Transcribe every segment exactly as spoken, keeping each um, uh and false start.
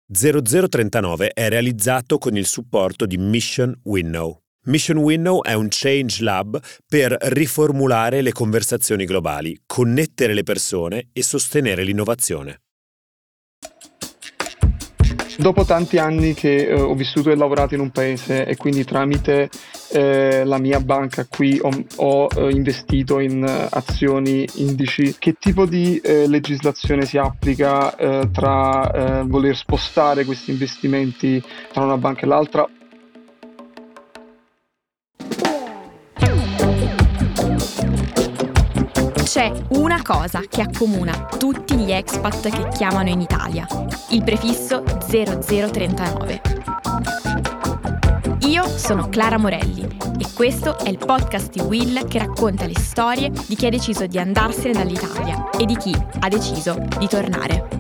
zero zero trentanove è realizzato con il supporto di Mission Winnow. Mission Winnow è un change lab per riformulare le conversazioni globali, connettere le persone e sostenere l'innovazione. Dopo tanti anni che eh, ho vissuto e lavorato in un paese e quindi tramite eh, la mia banca qui ho, ho eh, investito in eh, azioni, indici, che tipo di eh, legislazione si applica eh, tra eh, voler spostare questi investimenti tra una banca e l'altra? C'è una cosa che accomuna tutti gli expat che chiamano in Italia, il prefisso zero zero trentanove. Io sono Clara Morelli e questo è il podcast di Will che racconta le storie di chi ha deciso di andarsene dall'Italia e di chi ha deciso di tornare.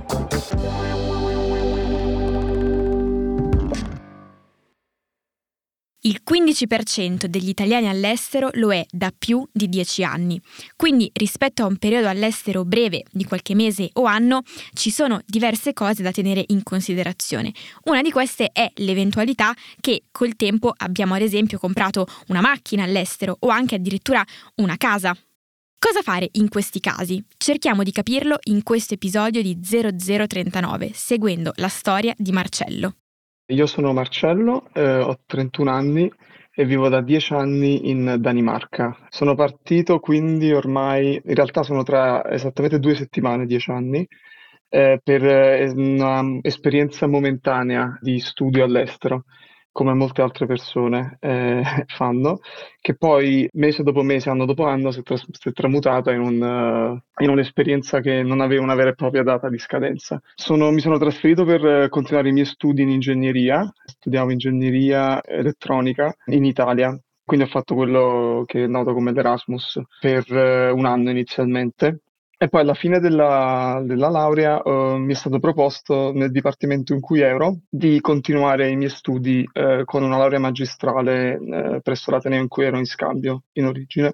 Il quindici per cento degli italiani all'estero lo è da più di dieci anni, quindi rispetto a un periodo all'estero breve di qualche mese o anno ci sono diverse cose da tenere in considerazione. Una di queste è l'eventualità che col tempo abbiamo ad esempio comprato una macchina all'estero o anche addirittura una casa. Cosa fare in questi casi? Cerchiamo di capirlo in questo episodio di zero zero trentanove, seguendo la storia di Marcello. Io sono Marcello, eh, ho trentuno anni e vivo da dieci anni in Danimarca. Sono partito quindi ormai, in realtà sono tra esattamente due settimane, dieci anni, eh, per eh, una esperienza momentanea di studio all'estero, come molte altre persone eh, fanno, che poi mese dopo mese, anno dopo anno, si è, tras- si è tramutata in un, eh, in un'esperienza che non aveva una vera e propria data di scadenza. Sono- mi sono trasferito per eh, continuare i miei studi in ingegneria, studiavo ingegneria elettronica in Italia. Quindi ho fatto quello che è noto come l'Erasmus per eh, un anno inizialmente. E poi alla fine della, della laurea eh, mi è stato proposto nel dipartimento in cui ero di continuare i miei studi eh, con una laurea magistrale eh, presso l'ateneo in cui ero in scambio in origine.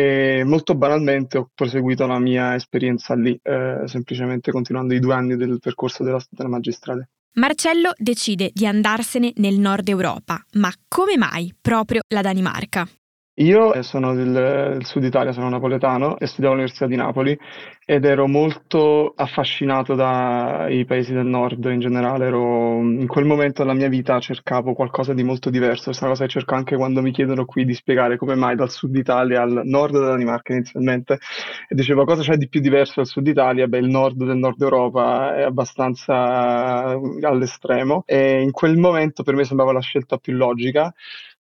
E molto banalmente ho proseguito la mia esperienza lì, eh, semplicemente continuando i due anni del percorso della, della magistrale. Marcello decide di andarsene nel nord Europa, ma come mai proprio la Danimarca? Io eh, sono del, del sud Italia, sono napoletano e studiavo all'Università di Napoli ed ero molto affascinato dai paesi del nord in generale. Ero, in quel momento della mia vita cercavo qualcosa di molto diverso. Questa cosa che cerco anche quando mi chiedono qui di spiegare come mai dal sud Italia al nord della Danimarca inizialmente. E dicevo cosa c'è di più diverso dal sud Italia? Beh, il nord del nord Europa è abbastanza all'estremo e in quel momento per me sembrava la scelta più logica.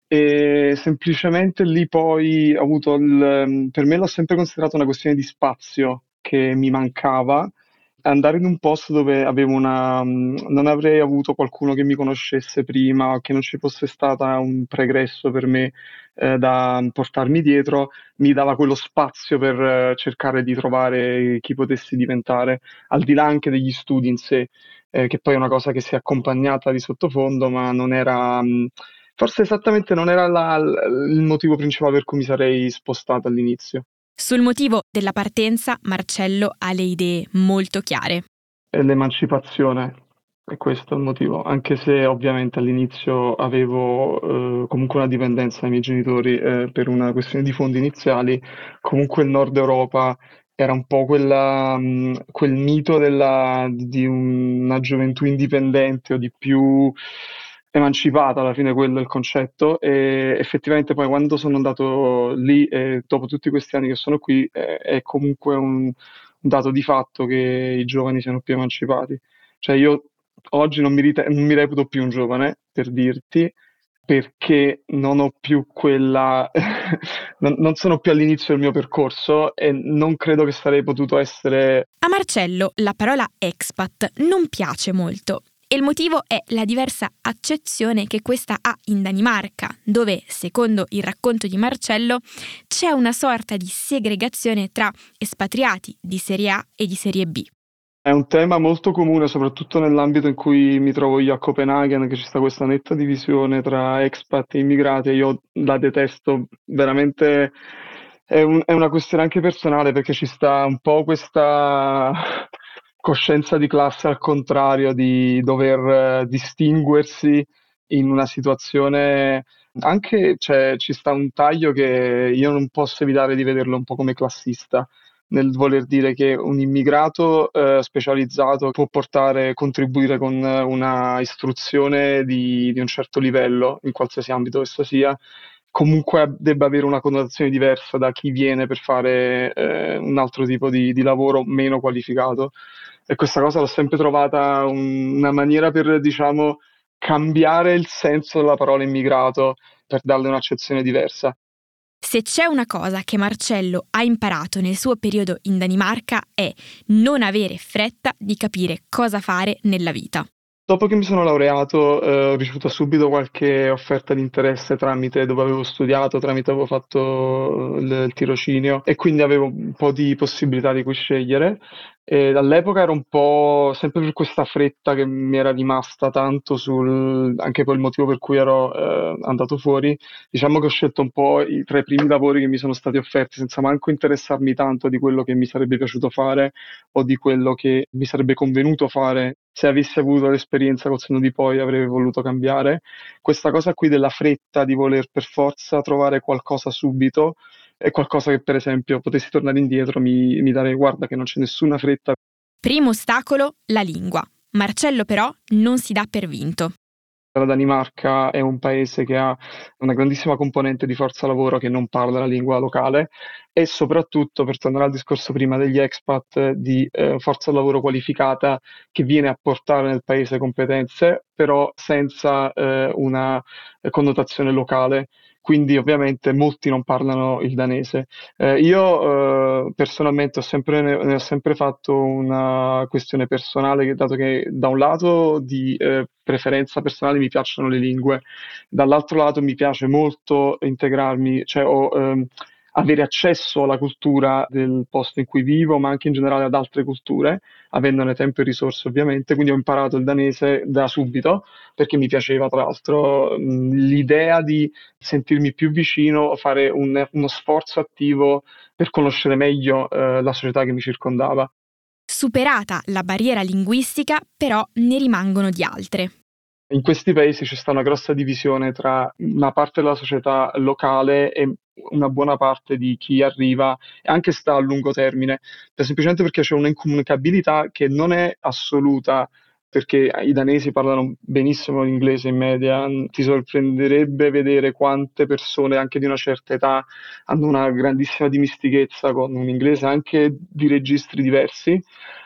E semplicemente lì poi ho avuto il, per me l'ho sempre considerato una questione di spazio che mi mancava. Andare in un posto dove avevo una, non avrei avuto qualcuno che mi conoscesse prima, che non ci fosse stato un pregresso per me eh, da portarmi dietro, mi dava quello spazio per eh, cercare di trovare chi potessi diventare, al di là anche degli studi in sé, eh, che poi è una cosa che si è accompagnata di sottofondo, ma non era, mh, forse esattamente non era la- l- il motivo principale per cui mi sarei spostato all'inizio. Sul motivo della partenza, Marcello ha le idee molto chiare. È l'emancipazione, e questo è il motivo, anche se ovviamente all'inizio avevo eh, comunque una dipendenza dai miei genitori eh, per una questione di fondi iniziali, comunque il Nord Europa era un po' quella, mh, quel mito della- di una gioventù indipendente o di più emancipata, alla fine quello è il concetto, e effettivamente poi quando sono andato lì e dopo tutti questi anni che sono qui eh, è comunque un un dato di fatto che i giovani siano più emancipati. Cioè io oggi non mi, rite- non mi reputo più un giovane, per dirti, perché non ho più quella, non, non sono più all'inizio del mio percorso e non credo che sarei potuto essere. A Marcello la parola expat non piace molto e il motivo è la diversa accezione che questa ha in Danimarca, dove, secondo il racconto di Marcello, c'è una sorta di segregazione tra espatriati di serie A e di serie B. È un tema molto comune, soprattutto nell'ambito in cui mi trovo io a Copenaghen, che ci sta questa netta divisione tra expat e immigrati, e io la detesto veramente. È un- è una questione anche personale perché ci sta un po' questa, coscienza di classe al contrario, di dover eh, distinguersi in una situazione anche, cioè, ci sta un taglio che io non posso evitare di vederlo un po' come classista, nel voler dire che un immigrato eh, specializzato può portare, contribuire con una istruzione di, di un certo livello, in qualsiasi ambito esso sia, comunque debba avere una connotazione diversa da chi viene per fare eh, un altro tipo di, di lavoro meno qualificato. E questa cosa l'ho sempre trovata un- una maniera per, diciamo, cambiare il senso della parola immigrato, per darle un'accezione diversa. Se c'è una cosa che Marcello ha imparato nel suo periodo in Danimarca è non avere fretta di capire cosa fare nella vita. Dopo che mi sono laureato, eh, ho ricevuto subito qualche offerta di interesse tramite dove avevo studiato, tramite avevo fatto il, il tirocinio e quindi avevo un po' di possibilità di cui scegliere. E all'epoca ero un po' sempre per questa fretta che mi era rimasta tanto sul, anche poi il motivo per cui ero eh, andato fuori. Diciamo che ho scelto un po' i tre primi lavori che mi sono stati offerti senza manco interessarmi tanto di quello che mi sarebbe piaciuto fare o di quello che mi sarebbe convenuto fare. Se avessi avuto l'esperienza col senno di poi avrei voluto cambiare. Questa cosa qui della fretta di voler per forza trovare qualcosa subito è qualcosa che per esempio potessi tornare indietro mi, mi darei guarda che non c'è nessuna fretta. Primo ostacolo, la lingua. Marcello però non si dà per vinto. La Danimarca è un paese che ha una grandissima componente di forza lavoro che non parla la lingua locale e soprattutto, per tornare al discorso prima degli expat, di eh, forza lavoro qualificata che viene a portare nel paese competenze, però senza eh, una eh, connotazione locale. Quindi ovviamente molti non parlano il danese. Eh, io eh, personalmente ho sempre, ne ho sempre fatto una questione personale, che, dato che da un lato di eh, preferenza personale mi piacciono le lingue, dall'altro lato mi piace molto integrarmi, cioè ho, ehm, avere accesso alla cultura del posto in cui vivo, ma anche in generale ad altre culture, avendone tempo e risorse ovviamente, quindi ho imparato il danese da subito perché mi piaceva tra l'altro mh, l'idea di sentirmi più vicino, fare un- uno sforzo attivo per conoscere meglio eh, la società che mi circondava. Superata la barriera linguistica, però ne rimangono di altre. In questi paesi c'è sta una grossa divisione tra una parte della società locale e una buona parte di chi arriva e anche sta a lungo termine, per- semplicemente perché c'è un'incomunicabilità che non è assoluta, perché i danesi parlano benissimo l'inglese in media. Ti sorprenderebbe vedere quante persone anche di una certa età hanno una grandissima dimestichezza con un inglese anche di registri diversi,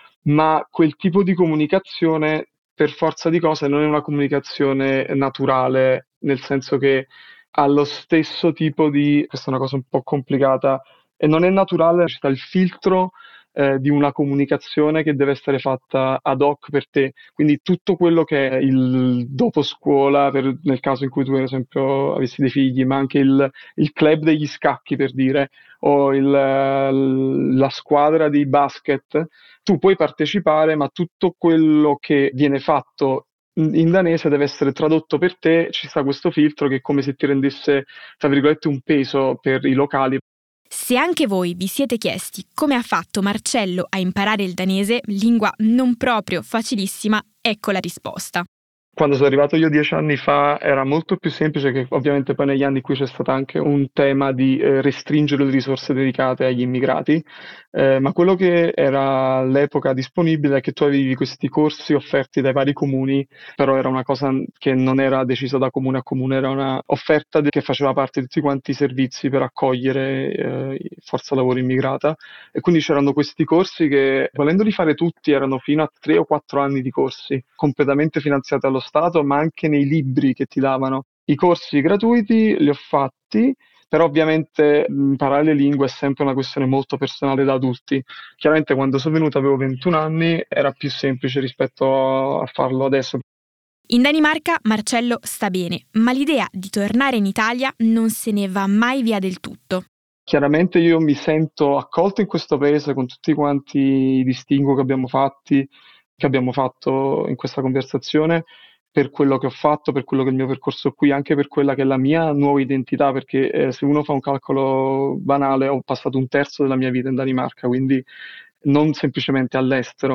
ma quel tipo di comunicazione per forza di cose non è una comunicazione naturale, nel senso che ha lo stesso tipo di, questa è una cosa un po' complicata, e non è naturale, c'è sta il filtro eh, di una comunicazione che deve essere fatta ad hoc per te. Quindi tutto quello che è il dopo scuola, per- nel caso in cui tu, per esempio, avessi dei figli, ma anche il, il club degli scacchi, per dire, o il, eh, la squadra di basket, tu puoi partecipare, ma tutto quello che viene fatto in in danese deve essere tradotto per te, ci sta questo filtro che è come se ti rendesse, tra virgolette, un peso per i locali. Se anche voi vi siete chiesti come ha fatto Marcello a imparare il danese, lingua non proprio facilissima, ecco la risposta. Quando sono arrivato io dieci anni fa era molto più semplice, che ovviamente poi negli anni qui c'è stato anche un tema di eh, restringere le risorse dedicate agli immigrati, eh, ma quello che era all'epoca disponibile è che tu avevi questi corsi offerti dai vari comuni, però era una cosa che non era decisa da comune a comune, era una offerta de- che faceva parte di tutti quanti i servizi per accogliere eh, forza lavoro immigrata. E quindi c'erano questi corsi che, volendoli fare tutti, erano fino a tre o quattro anni di corsi, completamente finanziati dallo Stato, ma anche nei libri che ti davano. I corsi gratuiti li ho fatti, però ovviamente mh, imparare le lingue è sempre una questione molto personale da adulti. Chiaramente quando sono venuto avevo ventuno anni, era più semplice rispetto a farlo adesso. In Danimarca Marcello sta bene, ma l'idea di tornare in Italia non se ne va mai via del tutto. Chiaramente io mi sento accolto in questo paese con tutti quanti i distinguo che abbiamo fatti, che abbiamo fatto in questa conversazione, per quello che ho fatto, per quello che è il mio percorso qui, anche per quella che è la mia nuova identità, perché eh, se uno fa un calcolo banale, ho passato un terzo della mia vita in Danimarca, quindi non semplicemente all'estero.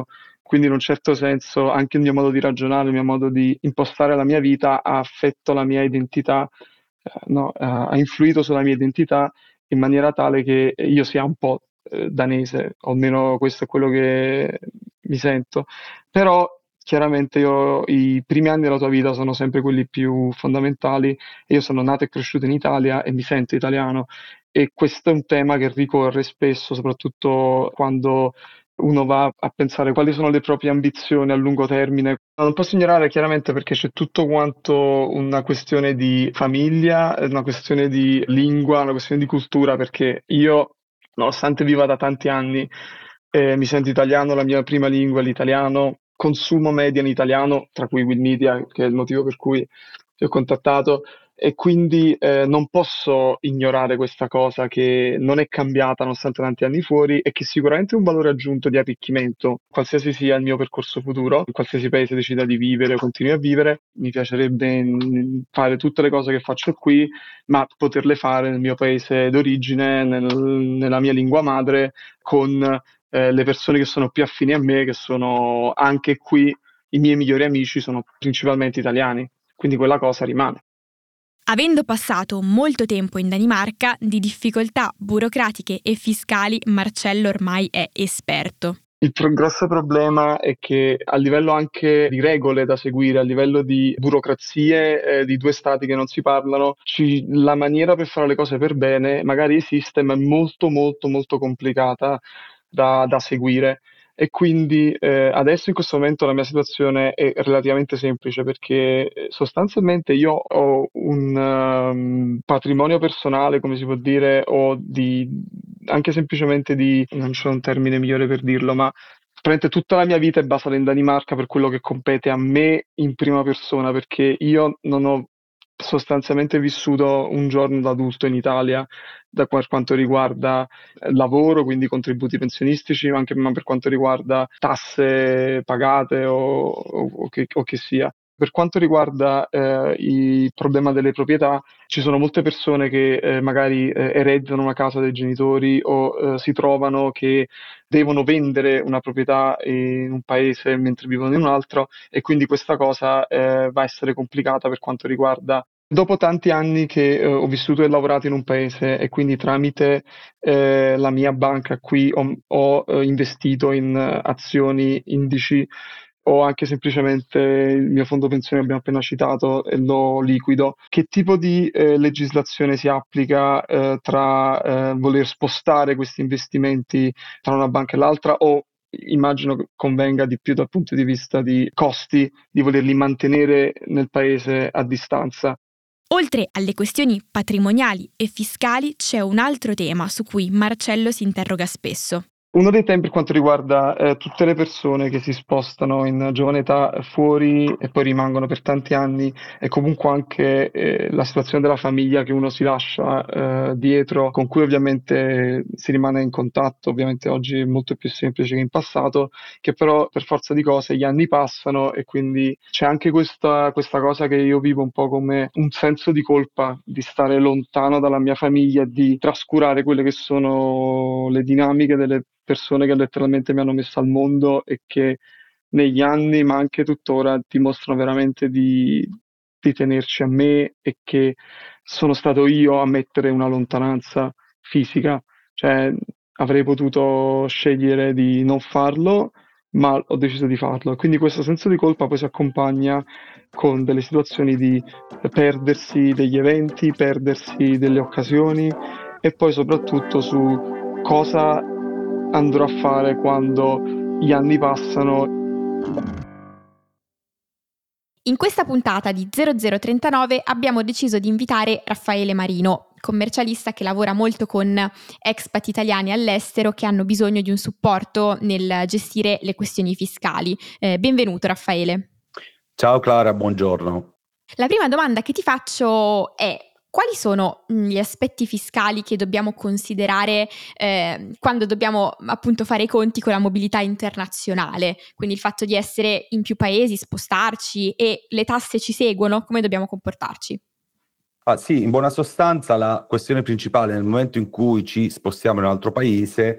quindi in un certo senso anche il mio modo di ragionare, il mio modo di impostare la mia vita ha affetto la mia identità, eh, no, ha ha influito sulla mia identità in maniera tale che io sia un po' eh, danese, o almeno questo è quello che mi sento. Però chiaramente io, i primi anni della tua vita sono sempre quelli più fondamentali, e io sono nato e cresciuto in Italia e mi sento italiano, e questo è un tema che ricorre spesso, soprattutto quando uno va a pensare quali sono le proprie ambizioni a lungo termine. Non posso ignorare chiaramente, perché c'è tutto quanto una questione di famiglia, una questione di lingua, una questione di cultura, perché io, nonostante viva da tanti anni, eh, mi sento italiano, la mia prima lingua è l'italiano, consumo media in italiano, tra cui Will Media, che è il motivo per cui ti ho contattato, e quindi eh, non posso ignorare questa cosa che non è cambiata nonostante tanti anni fuori, e che sicuramente è un valore aggiunto di arricchimento, qualsiasi sia il mio percorso futuro, in qualsiasi paese decida di vivere o continui a vivere. Mi piacerebbe mm, fare tutte le cose che faccio qui, ma poterle fare nel mio paese d'origine, nel- nella mia lingua madre, con eh, le persone che sono più affini a me, che sono anche qui i miei migliori amici, sono principalmente italiani, quindi quella cosa rimane. Avendo passato molto tempo in Danimarca, di difficoltà burocratiche e fiscali Marcello ormai è esperto. Il pro- grosso problema è che a livello anche di regole da seguire, a livello di burocrazie eh, di due stati che non si parlano, ci- la maniera per fare le cose per bene magari esiste, ma è molto molto molto complicata da, da seguire. E quindi eh, adesso in questo momento la mia situazione è relativamente semplice, perché eh, sostanzialmente io ho un um, patrimonio personale, come si può dire, o di anche semplicemente di, non c'è un termine migliore per dirlo, ma praticamente tutta la mia vita è basata in Danimarca per quello che compete a me in prima persona, perché io non ho sostanzialmente vissuto un giorno da adulto in Italia, da per quanto riguarda eh, lavoro, quindi contributi pensionistici, ma anche ma per quanto riguarda tasse pagate o, o- o che, o che sia. Per quanto riguarda eh, il problema delle proprietà, ci sono molte persone che eh, magari eh, ereditano una casa dai genitori, o eh, si trovano che devono vendere una proprietà in un paese mentre vivono in un altro, e quindi questa cosa eh, va a essere complicata per quanto riguarda. Dopo tanti anni che eh, ho vissuto e lavorato in un paese, e quindi tramite eh, la mia banca qui ho, ho, eh, investito in eh, azioni, indici, o anche semplicemente il mio fondo pensione che abbiamo appena citato e lo liquido. Che tipo di eh, legislazione si applica eh, tra eh, voler spostare questi investimenti tra una banca e l'altra, o immagino che convenga di più dal punto di vista di costi di volerli mantenere nel paese a distanza? Oltre alle questioni patrimoniali e fiscali, c'è un altro tema su cui Marcello si interroga spesso. Uno dei temi per quanto riguarda eh, tutte le persone che si spostano in giovane età fuori e poi rimangono per tanti anni, e comunque anche eh, la situazione della famiglia che uno si lascia eh, dietro, con cui ovviamente si rimane in contatto. Ovviamente oggi è molto più semplice che in passato, che però per forza di cose gli anni passano, e quindi c'è anche questa, questa cosa che io vivo un po' come un senso di colpa di stare lontano dalla mia famiglia, di trascurare quelle che sono le dinamiche delle persone che letteralmente mi hanno messo al mondo, e che negli anni, ma anche tuttora, dimostrano veramente di, di tenerci a me, e che sono stato io a mettere una lontananza fisica. Cioè, avrei potuto scegliere di non farlo, ma ho deciso di farlo. Quindi questo senso di colpa poi si accompagna con delle situazioni di perdersi degli eventi, perdersi delle occasioni, e poi soprattutto su cosa andrò a fare quando gli anni passano. In questa puntata di zero zero trentanove abbiamo deciso di invitare Raffaele Marino, commercialista che lavora molto con expat italiani all'estero che hanno bisogno di un supporto nel gestire le questioni fiscali. Eh, benvenuto Raffaele. Ciao Clara, buongiorno. La prima domanda che ti faccio è: quali sono gli aspetti fiscali che dobbiamo considerare eh, quando dobbiamo appunto fare i conti con la mobilità internazionale? Quindi il fatto di essere in più paesi, spostarci, e le tasse ci seguono, come dobbiamo comportarci? Ah, sì, in buona sostanza la questione principale nel momento in cui ci spostiamo in un altro paese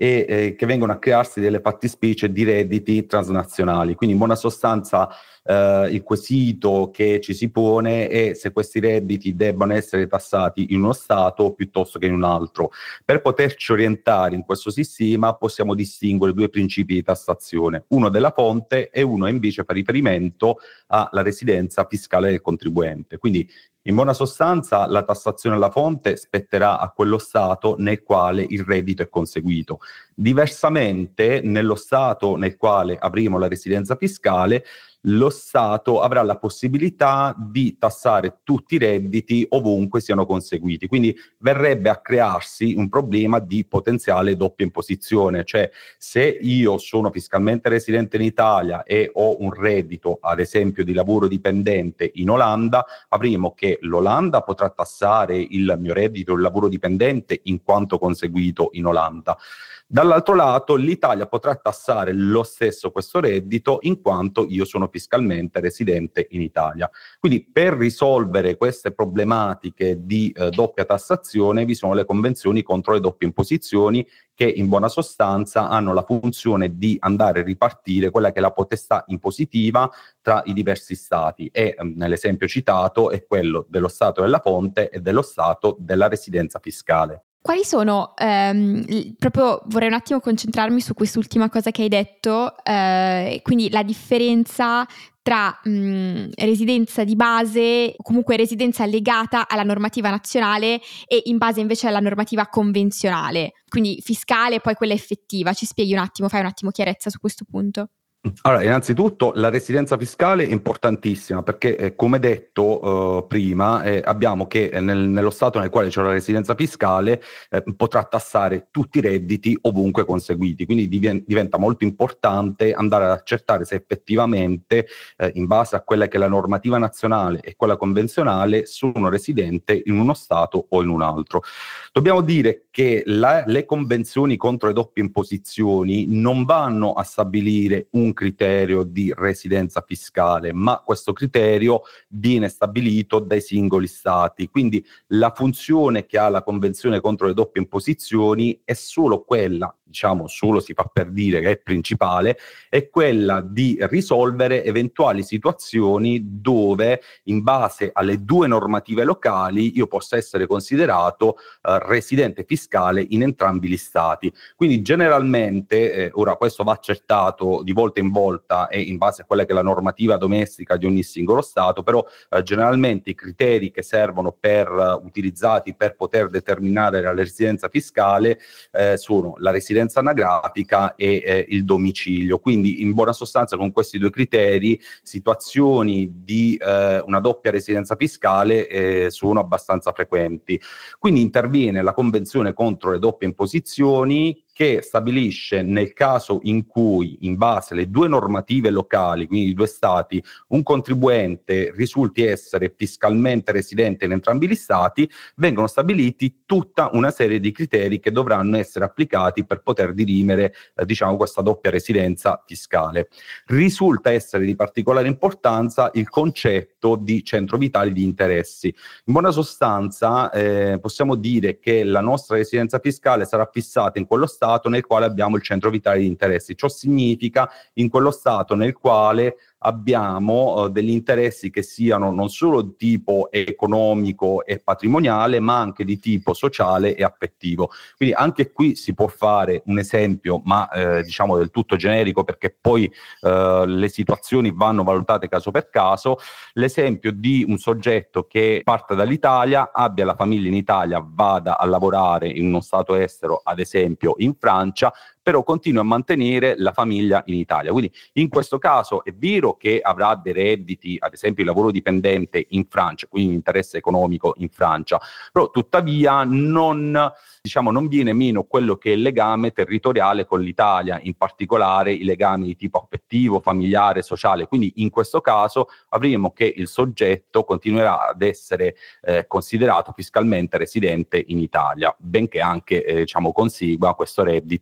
e eh, che vengono a crearsi delle fattispecie di redditi transnazionali. Quindi in buona sostanza eh, il quesito che ci si pone è se questi redditi debbano essere tassati in uno Stato piuttosto che in un altro. Per poterci orientare in questo sistema possiamo distinguere due principi di tassazione, uno della fonte e uno invece fa riferimento alla residenza fiscale del contribuente. Quindi in buona sostanza la tassazione alla fonte spetterà a quello Stato nel quale il reddito è conseguito. Diversamente, nello Stato nel quale avremo la residenza fiscale, lo Stato avrà la possibilità di tassare tutti i redditi ovunque siano conseguiti. Quindi verrebbe a crearsi un problema di potenziale doppia imposizione, cioè se io sono fiscalmente residente in Italia e ho un reddito, ad esempio di lavoro dipendente in Olanda, avremo che l'Olanda potrà tassare il mio reddito di lavoro dipendente in quanto conseguito in Olanda. Dall'altro lato, l'Italia potrà tassare lo stesso questo reddito in quanto io sono fiscalmente residente in Italia. Quindi per risolvere queste problematiche di eh, doppia tassazione vi sono le convenzioni contro le doppie imposizioni che in buona sostanza hanno la funzione di andare a ripartire quella che è la potestà impositiva tra i diversi stati e ehm, nell'esempio citato è quello dello Stato della fonte e dello Stato della residenza fiscale. Quali sono, ehm, proprio vorrei un attimo concentrarmi su quest'ultima cosa che hai detto, eh, quindi la differenza tra mh, residenza di base, o comunque residenza legata alla normativa nazionale e in base invece alla normativa convenzionale, quindi fiscale e poi quella effettiva. Ci spieghi un attimo, fai un attimo chiarezza su questo punto? Allora, innanzitutto la residenza fiscale è importantissima perché, eh, come detto eh, prima, eh, abbiamo che eh, nel, nello Stato nel quale c'è la residenza fiscale eh, potrà tassare tutti i redditi ovunque conseguiti, quindi diven- diventa molto importante andare ad accertare se effettivamente, eh, in base a quella che è la normativa nazionale e quella convenzionale, sono residente in uno Stato o in un altro. Dobbiamo dire che la, le convenzioni contro le doppie imposizioni non vanno a stabilire un criterio di residenza fiscale, ma questo criterio viene stabilito dai singoli stati. Quindi la funzione che ha la Convenzione contro le doppie imposizioni è solo quella, diciamo solo si fa per dire che è principale, è quella di risolvere eventuali situazioni dove in base alle due normative locali io possa essere considerato eh, residente fiscale in entrambi gli stati. Quindi generalmente, eh, ora questo va accertato di volta in volta e in base a quella che è la normativa domestica di ogni singolo stato, però eh, generalmente i criteri che servono per uh, utilizzati per poter determinare la residenza fiscale eh, sono la residenza anagrafica e eh, il domicilio. Quindi in buona sostanza con questi due criteri situazioni di eh, una doppia residenza fiscale eh, sono abbastanza frequenti. Quindi interviene la Convenzione contro le doppie imposizioni che stabilisce nel caso in cui in base alle due normative locali, quindi i due stati, un contribuente risulti essere fiscalmente residente in entrambi gli stati, vengono stabiliti tutta una serie di criteri che dovranno essere applicati per poter dirimere eh, diciamo questa doppia residenza fiscale. Risulta essere di particolare importanza il concetto di centro vitale di interessi. In buona sostanza eh, possiamo dire che la nostra residenza fiscale sarà fissata in quello stato nel quale abbiamo il centro vitale di interessi. Ciò significa in quello stato nel quale abbiamo uh, degli interessi che siano non solo di tipo economico e patrimoniale, ma anche di tipo sociale e affettivo. Quindi anche qui si può fare un esempio, ma eh, diciamo del tutto generico, perché poi uh, le situazioni vanno valutate caso per caso. L'esempio di un soggetto che parte dall'Italia, abbia la famiglia in Italia, vada a lavorare in uno stato estero, ad esempio in Francia, però continua a mantenere la famiglia in Italia. Quindi in questo caso è vero che avrà dei redditi, ad esempio il lavoro dipendente in Francia, quindi interesse economico in Francia, però tuttavia non, diciamo, non viene meno quello che è il legame territoriale con l'Italia, in particolare i legami di tipo affettivo, familiare, sociale. Quindi in questo caso avremo che il soggetto continuerà ad essere eh, considerato fiscalmente residente in Italia, benché anche eh, diciamo consegua questo reddito in uno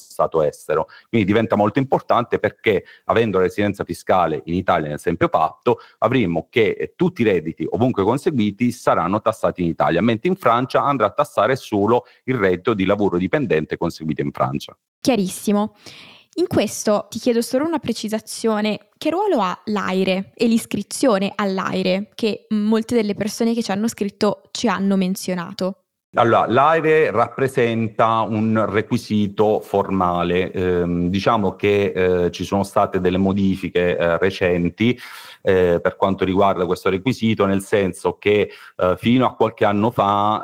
stato estero. Quindi diventa molto importante perché, avendo la residenza fiscale in Italia nel semplice patto, avremo che eh, tutti i redditi ovunque conseguiti saranno tassati in Italia, mentre in Francia andrà a tassare solo il reddito di lavoro dipendente conseguito in Francia. Chiarissimo. In questo ti chiedo solo una precisazione: che ruolo ha l'AIRE e l'iscrizione all'AIRE, che molte delle persone che ci hanno scritto ci hanno menzionato? Allora, l'AIRE rappresenta un requisito formale, ehm, diciamo che eh, ci sono state delle modifiche eh, recenti eh, per quanto riguarda questo requisito, nel senso che eh, fino a qualche anno fa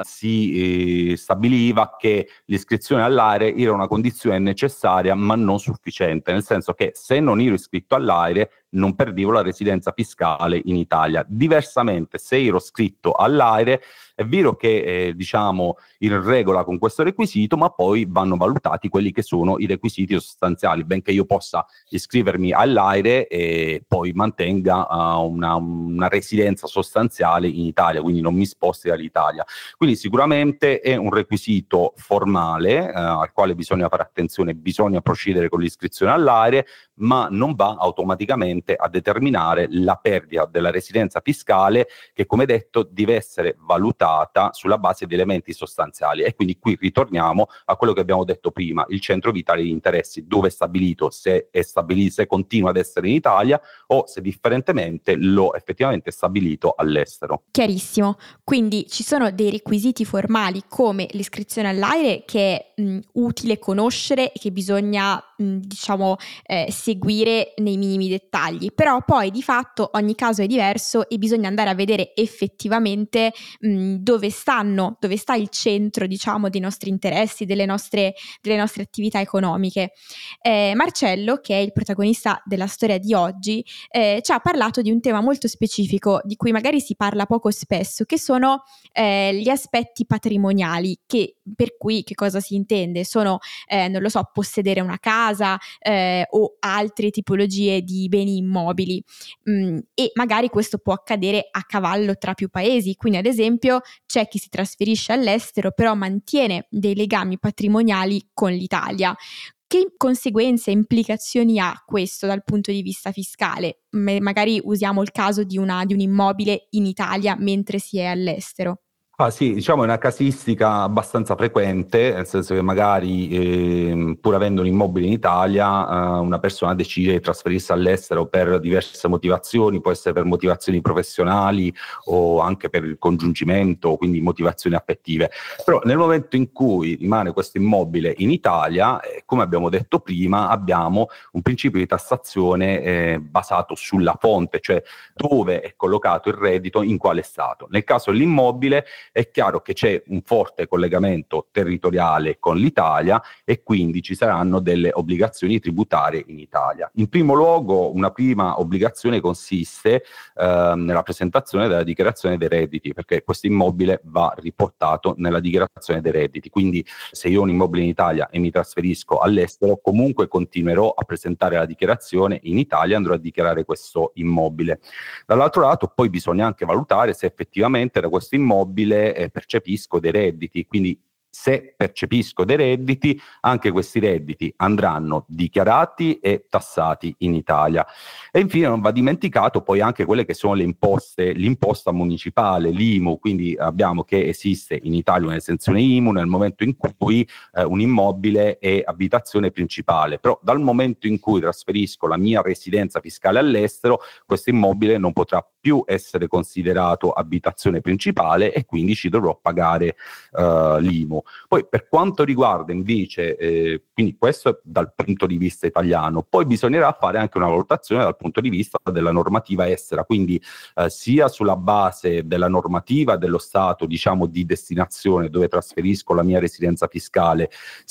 si eh, stabiliva che l'iscrizione all'AIRE era una condizione necessaria ma non sufficiente, nel senso che se non ero iscritto all'AIRE non perdevo la residenza fiscale in Italia. Diversamente, se ero iscritto all'AIRE, è vero che eh, diciamo in regola con questo requisito, ma poi vanno valutati quelli che sono i requisiti sostanziali, benché io possa iscrivermi all'AIRE e poi mantenga uh, una, una residenza sostanziale in Italia, quindi non mi sposti dall'Italia. Quindi sicuramente è un requisito formale uh, al quale bisogna fare attenzione, bisogna procedere con l'iscrizione all'AIRE, ma non va automaticamente a determinare la perdita della residenza fiscale, che come detto deve essere valutata sulla base di elementi sostanziali. E quindi qui ritorniamo a quello che abbiamo detto prima: il centro vitale di interessi, dove è stabilito, se è stabilito, se continua ad essere in Italia o se differentemente lo effettivamente è stabilito all'estero. Chiarissimo. Quindi ci sono dei requisiti formali come l'iscrizione all'AIRE che è mh, utile conoscere e che bisogna mh, diciamo eh, seguire nei minimi dettagli, però poi di fatto ogni caso è diverso e bisogna andare a vedere effettivamente mh, dove stanno, dove sta il centro, diciamo, dei nostri interessi, delle nostre, delle nostre attività economiche. Eh, Marcello, che è il protagonista della storia di oggi, eh, ci ha parlato di un tema molto specifico di cui magari si parla poco spesso, che sono eh, gli aspetti patrimoniali, che per cui che cosa si intende? Sono, eh, non lo so, possedere una casa eh, o altre tipologie di beni immobili, mm, e magari questo può accadere a cavallo tra più paesi. Quindi ad esempio c'è chi si trasferisce all'estero però mantiene dei legami patrimoniali con l'Italia. Che conseguenze e implicazioni ha questo dal punto di vista fiscale? M- magari usiamo il caso di, una, di un immobile in Italia mentre si è all'estero. Ah sì, diciamo è una casistica abbastanza frequente, nel senso che magari eh, pur avendo un immobile in Italia eh, una persona decide di trasferirsi all'estero per diverse motivazioni, può essere per motivazioni professionali o anche per il congiungimento, quindi motivazioni affettive. Però nel momento in cui rimane questo immobile in Italia, eh, come abbiamo detto prima, abbiamo un principio di tassazione eh, basato sulla fonte, cioè dove è collocato il reddito, in quale stato. Nel caso dell'immobile è chiaro che c'è un forte collegamento territoriale con l'Italia e quindi ci saranno delle obbligazioni tributarie in Italia. In primo luogo, una prima obbligazione consiste eh, nella presentazione della dichiarazione dei redditi, perché questo immobile va riportato nella dichiarazione dei redditi. Quindi se io ho un immobile in Italia e mi trasferisco all'estero, comunque continuerò a presentare la dichiarazione in Italia, andrò a dichiarare questo immobile. Dall'altro lato poi bisogna anche valutare se effettivamente da questo immobile Eh, percepisco dei redditi, quindi se percepisco dei redditi, anche questi redditi andranno dichiarati e tassati in Italia. E infine non va dimenticato poi anche quelle che sono le imposte, l'imposta municipale, l'I M U, quindi abbiamo che esiste in Italia un'esenzione I M U nel momento in cui eh, un immobile è abitazione principale, però dal momento in cui trasferisco la mia residenza fiscale all'estero, questo immobile non potrà più essere considerato abitazione principale e quindi ci dovrò pagare uh, l'I M U. Poi per quanto riguarda invece, eh, quindi questo dal punto di vista italiano, poi bisognerà fare anche una valutazione dal punto di vista della normativa estera, quindi eh, sia sulla base della normativa dello Stato, diciamo di destinazione dove trasferisco la mia residenza fiscale,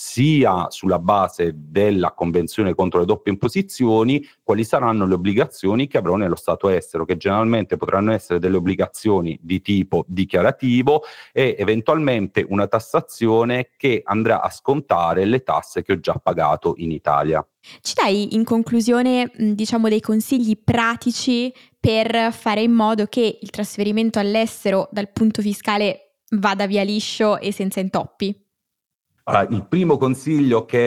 sia sulla base della Convenzione contro le doppie imposizioni, quali saranno le obbligazioni che avrò nello Stato estero, che generalmente potranno essere delle obbligazioni di tipo dichiarativo e eventualmente una tassazione che andrà a scontare le tasse che ho già pagato in Italia. Ci dai in conclusione, diciamo, dei consigli pratici per fare in modo che il trasferimento all'estero dal punto fiscale vada via liscio e senza intoppi? Allora, il primo consiglio che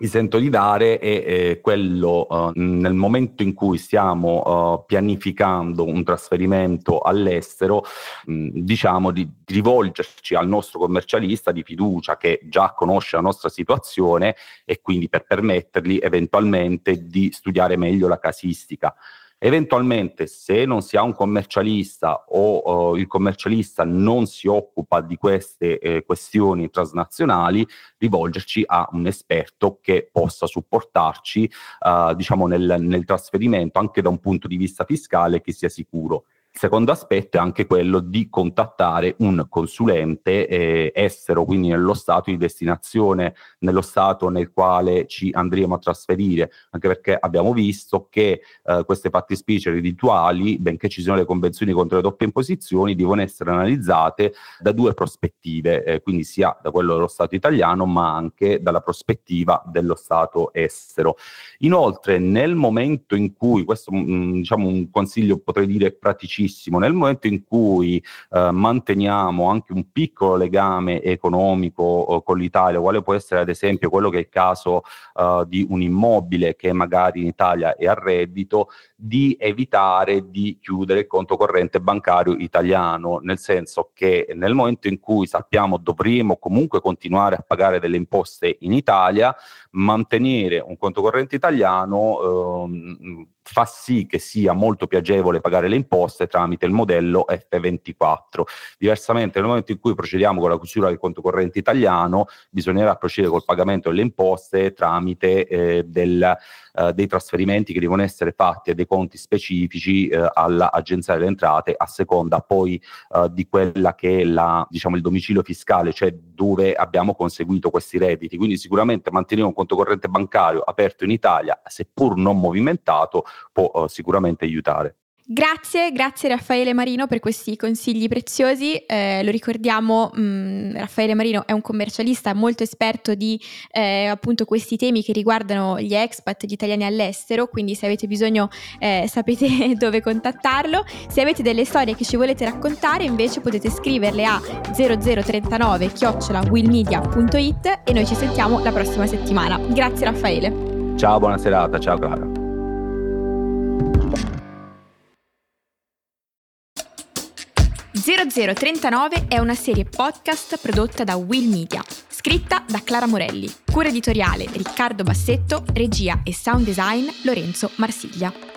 mi sento di dare è eh, quello uh, nel momento in cui stiamo uh, pianificando un trasferimento all'estero, mh, diciamo di, di rivolgerci al nostro commercialista di fiducia che già conosce la nostra situazione e quindi per permettergli eventualmente di studiare meglio la casistica. Eventualmente, se non si ha un commercialista o uh, il commercialista non si occupa di queste eh, questioni transnazionali, rivolgerci a un esperto che possa supportarci uh, diciamo nel, nel trasferimento anche da un punto di vista fiscale che sia sicuro. Il secondo aspetto è anche quello di contattare un consulente eh, estero, quindi nello stato di destinazione, nello stato nel quale ci andremo a trasferire, anche perché abbiamo visto che eh, queste fattispecie reddituali, benché ci siano le convenzioni contro le doppie imposizioni, devono essere analizzate da due prospettive, eh, quindi sia da quello dello Stato italiano ma anche dalla prospettiva dello Stato estero. Inoltre, nel momento in cui, questo mh, diciamo un consiglio potrei dire praticissimo, nel momento in cui eh, manteniamo anche un piccolo legame economico eh, con l'Italia, quale può essere ad esempio quello che è il caso eh, di un immobile che magari in Italia è a reddito, di evitare di chiudere il conto corrente bancario italiano, nel senso che nel momento in cui sappiamo dovremo comunque continuare a pagare delle imposte in Italia, mantenere un conto corrente italiano ehm, fa sì che sia molto più agevole pagare le imposte tramite il modello F ventiquattro. Diversamente, nel momento in cui procediamo con la chiusura del conto corrente italiano, bisognerà procedere col pagamento delle imposte tramite eh, del, eh, dei trasferimenti che devono essere fatti a dei conti specifici eh, all'Agenzia delle Entrate, a seconda poi eh, di quella che è la, diciamo, il domicilio fiscale, cioè dove abbiamo conseguito questi redditi. Quindi sicuramente mantenere un conto corrente bancario aperto in Italia, seppur non movimentato, può uh, sicuramente aiutare. Grazie, grazie Raffaele Marino per questi consigli preziosi. Eh, lo ricordiamo, mh, Raffaele Marino è un commercialista molto esperto di eh, appunto questi temi che riguardano gli expat, gli italiani all'estero, quindi se avete bisogno eh, sapete dove contattarlo. Se avete delle storie che ci volete raccontare invece potete scriverle a zero zero trentanove chiocciola willmedia punto it e noi ci sentiamo la prossima settimana. Grazie Raffaele. Ciao, buona serata, ciao Clara. zero zero trentanove è una serie podcast prodotta da Will Media, scritta da Clara Morelli, cura editoriale Riccardo Bassetto, regia e sound design Lorenzo Marsiglia.